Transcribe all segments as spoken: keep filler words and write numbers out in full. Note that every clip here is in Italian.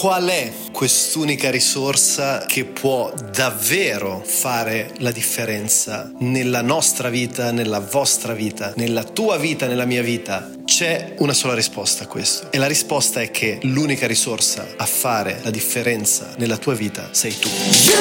qual è quest'unica risorsa che può davvero fare la differenza nella nostra vita, nella vostra vita, nella tua vita, nella mia vita? C'è una sola risposta a questo, e la risposta è che l'unica risorsa a fare la differenza nella tua vita sei tu.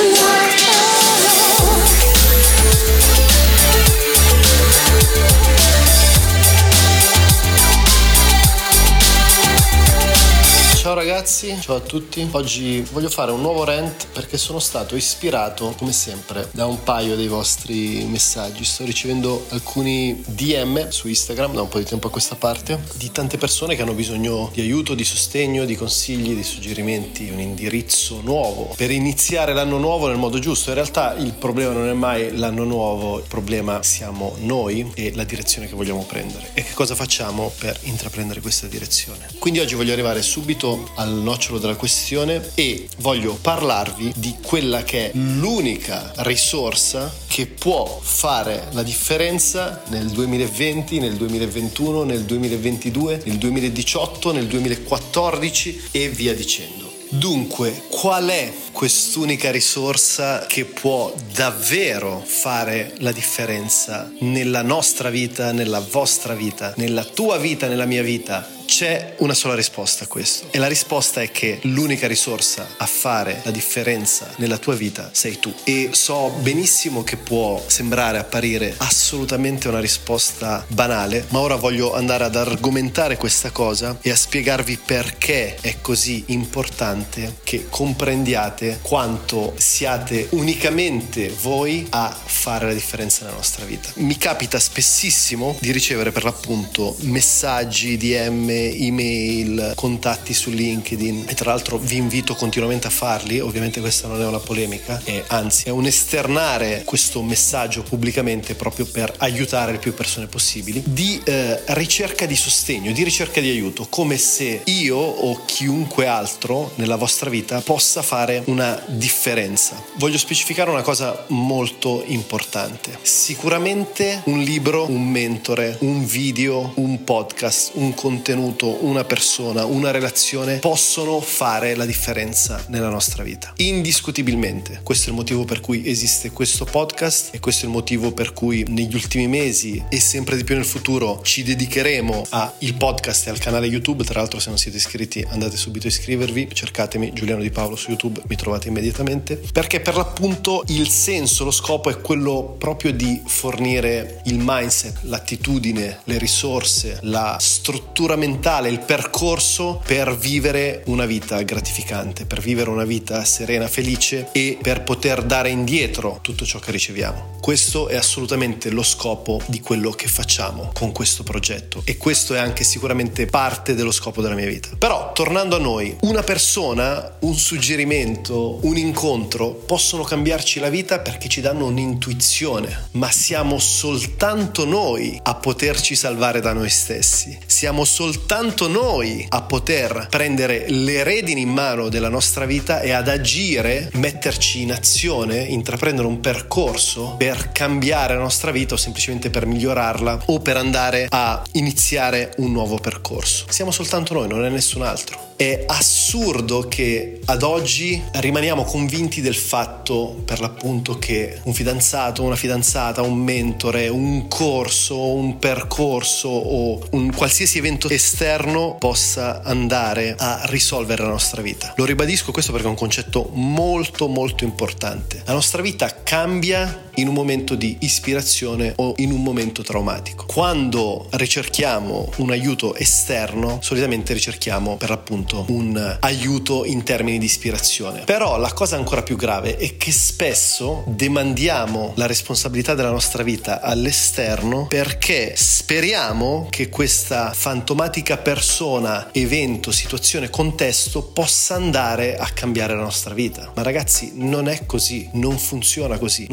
Ciao ragazzi, ciao a tutti. Oggi voglio fare un nuovo rant perché sono stato ispirato, come sempre, da un paio dei vostri messaggi. Sto ricevendo alcuni D M su Instagram da un po' di tempo a questa parte di tante persone che hanno bisogno di aiuto, di sostegno, di consigli, di suggerimenti, un indirizzo nuovo per iniziare l'anno nuovo nel modo giusto. In realtà il problema non è mai l'anno nuovo, il problema siamo noi e la direzione che vogliamo prendere e che cosa facciamo per intraprendere questa direzione. Quindi oggi voglio arrivare subito al nocciolo della questione e voglio parlarvi di quella che è l'unica risorsa che può fare la differenza nel duemilaventi, nel duemilaventuno, nel duemilaventidue, nel duemiladiciotto, nel duemilaquattordici e via dicendo. Dunque, qual è quest'unica risorsa che può davvero fare la differenza nella nostra vita, nella vostra vita, nella tua vita, nella mia vita? C'è una sola risposta a questo, e la risposta è che l'unica risorsa a fare la differenza nella tua vita sei tu. E so benissimo che può sembrare, apparire assolutamente una risposta banale, ma ora voglio andare ad argomentare questa cosa e a spiegarvi perché è così importante che comprendiate quanto siate unicamente voi a fare la differenza nella nostra vita. Mi capita spessissimo di ricevere per l'appunto messaggi, D M, email, contatti su LinkedIn, e tra l'altro vi invito continuamente a farli. Ovviamente questa non è una polemica, e anzi è un esternare questo messaggio pubblicamente proprio per aiutare le più persone possibili, di eh, ricerca di sostegno, di ricerca di aiuto, come se io o chiunque altro nella vostra vita possa fare una differenza. Voglio specificare una cosa molto importante: sicuramente un libro, un mentore, un video, un podcast, un contenuto, una persona, una relazione possono fare la differenza nella nostra vita, indiscutibilmente. Questo è il motivo per cui esiste questo podcast, e questo è il motivo per cui negli ultimi mesi e sempre di più nel futuro ci dedicheremo al podcast e al canale YouTube. Tra l'altro, se non siete iscritti, andate subito a iscrivervi, cercatemi Giuliano Di Paolo su YouTube, mi trovate immediatamente, perché per l'appunto il senso, lo scopo è quello proprio di fornire il mindset, l'attitudine, le risorse, la struttura mentale, il percorso per vivere una vita gratificante, per vivere una vita serena, felice, e per poter dare indietro tutto ciò che riceviamo. Questo è assolutamente lo scopo di quello che facciamo con questo progetto, e questo è anche sicuramente parte dello scopo della mia vita. Però, tornando a noi, una persona, un suggerimento, un incontro possono cambiarci la vita perché ci danno un'intuizione, ma siamo soltanto noi a poterci salvare da noi stessi. Siamo soltanto noi a poter prendere le redini in mano della nostra vita e ad agire, metterci in azione, intraprendere un percorso per cambiare la nostra vita, o semplicemente per migliorarla, o per andare a iniziare un nuovo percorso. Siamo soltanto noi, non è nessun altro. È assurdo che ad oggi rimaniamo convinti del fatto, per l'appunto, che un fidanzato, una fidanzata, un mentore, un corso, un percorso o un qualsiasi evento esterno possa andare a risolvere la nostra vita. Lo ribadisco questo perché è un concetto molto molto importante. La nostra vita cambia in un momento di ispirazione o in un momento traumatico. Quando ricerchiamo un aiuto esterno, solitamente ricerchiamo per l'appunto un aiuto in termini di ispirazione. Però la cosa ancora più grave è che spesso demandiamo la responsabilità della nostra vita all'esterno perché speriamo che questa fantomatica persona, evento, situazione, contesto possa andare a cambiare la nostra vita. Ma ragazzi, non è così, non funziona così, non ci sarà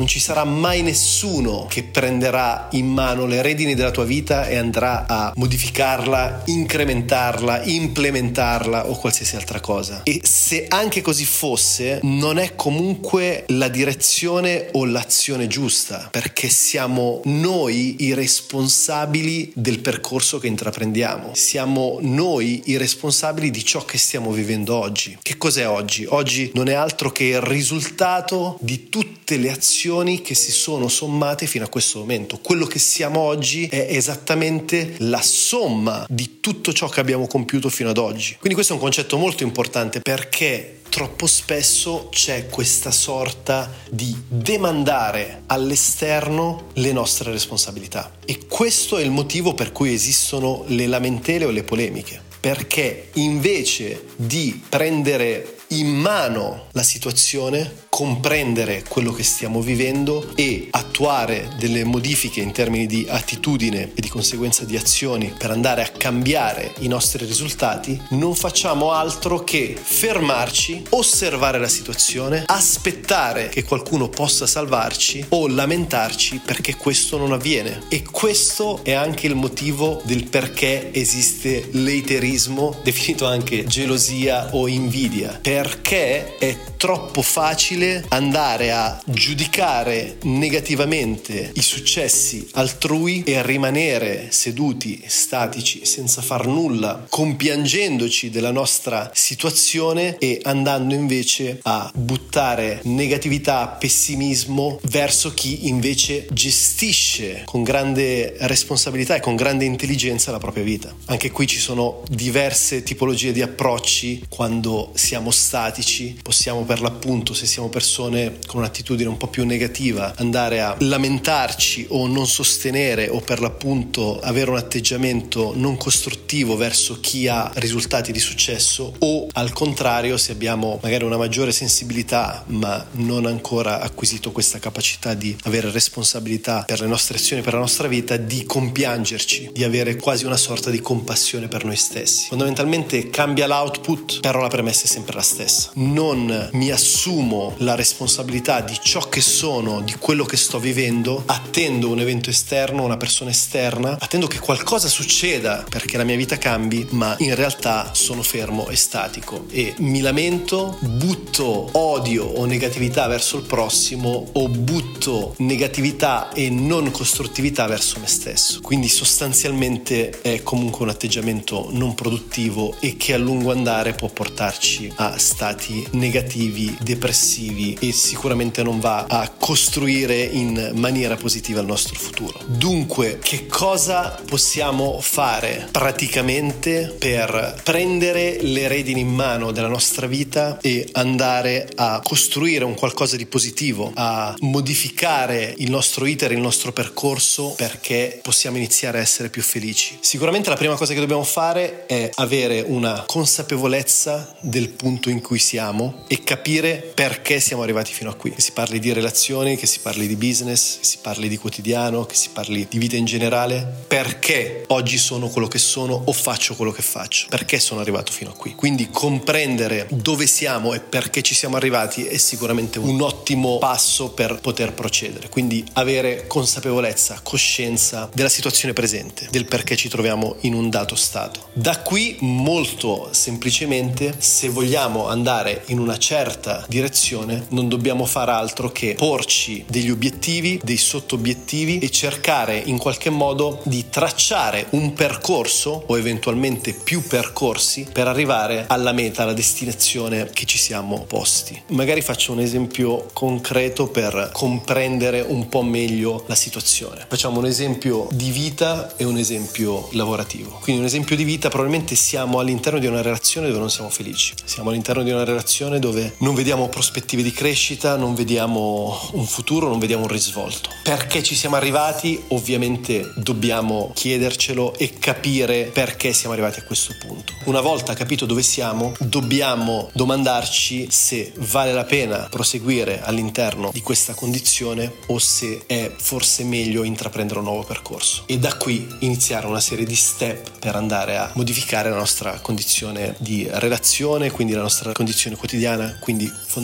mai nessuno che prenderà in mano le redini della tua vita e andrà a modificarla, incrementarla, implementarla o qualsiasi altra cosa. E se anche così fosse, non è comunque la direzione o l'azione giusta, perché siamo noi i responsabili del percorso che intraprendiamo. Siamo noi i responsabili di ciò che stiamo vivendo oggi. Che cos'è oggi? Oggi non è altro che il risultato di tutte le azioni che si sono sommate fino a questo momento. Quello che siamo oggi è esattamente la somma di tutto ciò che abbiamo compiuto fino ad oggi. Quindi questo è un concetto molto importante, perché troppo spesso c'è questa sorta di demandare all'esterno le nostre responsabilità. E questo è il motivo per cui esistono le lamentele o le polemiche. Perché invece di prendere in mano la situazione, comprendere quello che stiamo vivendo e attuare delle modifiche in termini di attitudine e di conseguenza di azioni per andare a cambiare i nostri risultati, non facciamo altro che fermarci, osservare la situazione, aspettare che qualcuno possa salvarci o lamentarci perché questo non avviene. E questo è anche il motivo del perché esiste l'eiterismo, definito anche gelosia o invidia, perché è troppo facile andare a giudicare negativamente i successi altrui e a rimanere seduti, statici, senza far nulla, compiangendoci della nostra situazione e andando invece a buttare negatività, pessimismo verso chi invece gestisce con grande responsabilità e con grande intelligenza la propria vita. Anche qui ci sono diverse tipologie di approcci. Quando siamo statici possiamo, per l'appunto, se siamo persone con un'attitudine un po' più negativa, andare a lamentarci o non sostenere o per l'appunto avere un atteggiamento non costruttivo verso chi ha risultati di successo, o al contrario, se abbiamo magari una maggiore sensibilità ma non ancora acquisito questa capacità di avere responsabilità per le nostre azioni, per la nostra vita, di compiangerci, di avere quasi una sorta di compassione per noi stessi. Fondamentalmente cambia l'output, però la premessa è sempre la stessa. Non mi assumo la responsabilità di ciò che sono, di quello che sto vivendo, attendo un evento esterno, una persona esterna, attendo che qualcosa succeda perché la mia vita cambi, ma in realtà sono fermo e statico e mi lamento, butto odio o negatività verso il prossimo o butto negatività e non costruttività verso me stesso. Quindi sostanzialmente è comunque un atteggiamento non produttivo e che a lungo andare può portarci a stati negativi, depressivi, e sicuramente non va a costruire in maniera positiva il nostro futuro. Dunque, che cosa possiamo fare praticamente per prendere le redini in mano della nostra vita e andare a costruire un qualcosa di positivo, a modificare il nostro iter, il nostro percorso, perché possiamo iniziare a essere più felici? Sicuramente la prima cosa che dobbiamo fare è avere una consapevolezza del punto in cui siamo e capire perché siamo arrivati fino a qui. Che si parli di relazioni, che si parli di business, che si parli di quotidiano, che si parli di vita in generale. Perché oggi sono quello che sono o faccio quello che faccio? Perché sono arrivato fino a qui? Quindi comprendere dove siamo e perché ci siamo arrivati è sicuramente un ottimo passo per poter procedere. Quindi avere consapevolezza, coscienza della situazione presente, del perché ci troviamo in un dato stato. Da qui, molto semplicemente, se vogliamo andare in una certa direzione, non dobbiamo far altro che porci degli obiettivi, dei sottobiettivi e cercare in qualche modo di tracciare un percorso o eventualmente più percorsi per arrivare alla meta, alla destinazione che ci siamo posti. Magari faccio un esempio concreto per comprendere un po' meglio la situazione. Facciamo un esempio di vita e un esempio lavorativo. Quindi un esempio di vita: probabilmente siamo all'interno di una relazione dove non siamo felici, siamo all'interno di una relazione dove non vediamo prospettive di crescita, non vediamo un futuro, non vediamo un risvolto. Perché ci siamo arrivati? Ovviamente dobbiamo chiedercelo e capire perché siamo arrivati a questo punto. Una volta capito dove siamo, dobbiamo domandarci se vale la pena proseguire all'interno di questa condizione o se è forse meglio intraprendere un nuovo percorso. E da qui iniziare una serie di step per andare a modificare la nostra condizione di relazione, quindi la nostra condizione quotidiana, quindi fondamentalmente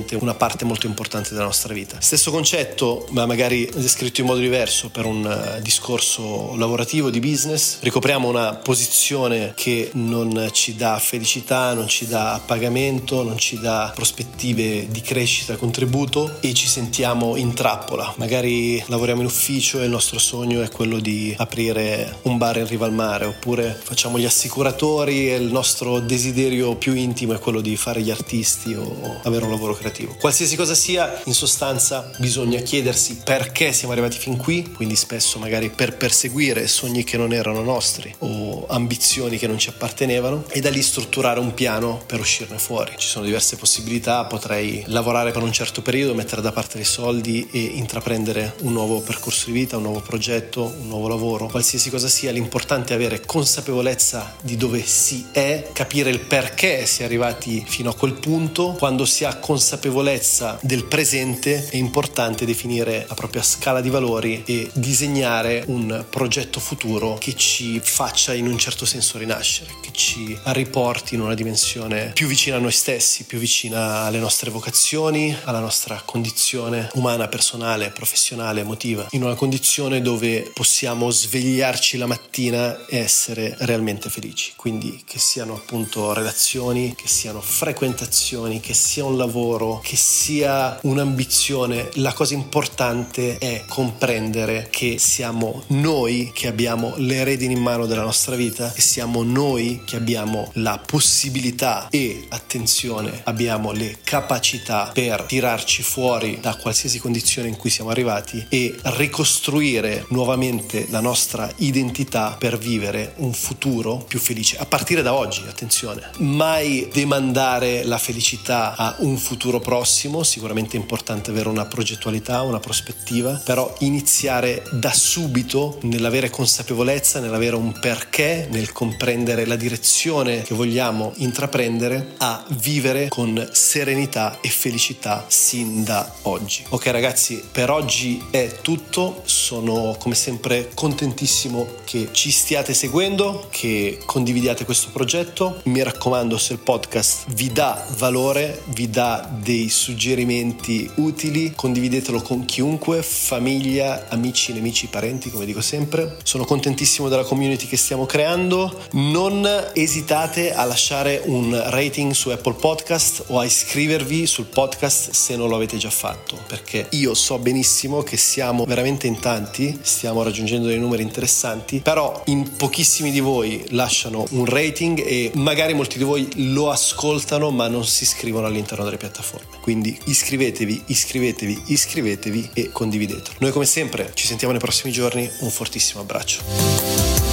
veramente una parte molto importante della nostra vita. Stesso concetto, ma magari descritto in modo diverso per un uh, discorso lavorativo, di business. Ricopriamo una posizione che non ci dà felicità, non ci dà pagamento, non ci dà prospettive di crescita, contributo, e ci sentiamo in trappola. Magari lavoriamo in ufficio e il nostro sogno è quello di aprire un bar in riva al mare, oppure facciamo gli assicuratori e il nostro desiderio più intimo è quello di fare gli artisti o avere un lavoro creativo. Qualsiasi cosa sia, in sostanza bisogna chiedersi perché siamo arrivati fin qui, quindi spesso magari per perseguire sogni che non erano nostri o ambizioni che non ci appartenevano, e da lì strutturare un piano per uscirne fuori. Ci sono diverse possibilità: potrei lavorare per un certo periodo, mettere da parte dei soldi e intraprendere un nuovo percorso di vita, un nuovo progetto, un nuovo lavoro. Qualsiasi cosa sia, l'importante è avere consapevolezza di dove si è, capire il perché si è arrivati fino a quel punto. Quando si ha consapevolezza del presente è importante definire la propria scala di valori e disegnare un progetto futuro che ci faccia in un certo senso rinascere, che ci riporti in una dimensione più vicina a noi stessi, più vicina alle nostre vocazioni, alla nostra condizione umana, personale, professionale, emotiva, in una condizione dove possiamo svegliarci la mattina e essere realmente felici. Quindi che siano appunto relazioni, che siano frequentazioni, che sia un lavoro, che sia un'ambizione, la cosa importante è comprendere che siamo noi che abbiamo le redini in mano della nostra vita, e siamo noi che abbiamo la possibilità e, attenzione, abbiamo le capacità per tirarci fuori da qualsiasi condizione in cui siamo arrivati e ricostruire nuovamente la nostra identità per vivere un futuro più felice a partire da oggi. Attenzione, mai demandare la felicità a un futuro prossimo. Sicuramente è importante avere una progettualità, una prospettiva, però iniziare da subito nell'avere consapevolezza, nell'avere un perché, nel comprendere la direzione che vogliamo intraprendere, a vivere con serenità e felicità sin da oggi. Ok ragazzi, per oggi è tutto. Sono come sempre contentissimo che ci stiate seguendo, che condividiate questo progetto. Mi raccomando, se il podcast vi dà valore, vi dà dei suggerimenti utili, condividetelo con chiunque, famiglia, amici, nemici, parenti, come dico sempre. Sono contentissimo della community che stiamo creando. Non esitate a lasciare un rating su Apple Podcast o a iscrivervi sul podcast se non lo avete già fatto, perché io so benissimo che siamo veramente in tanti, stiamo raggiungendo dei numeri interessanti, però in pochissimi di voi lasciano un rating e magari molti di voi lo ascoltano ma non si iscrivono all'interno delle piattaforme. Quindi iscrivetevi, iscrivetevi, iscrivetevi e condividetelo. Noi come sempre ci sentiamo nei prossimi giorni. Un fortissimo abbraccio.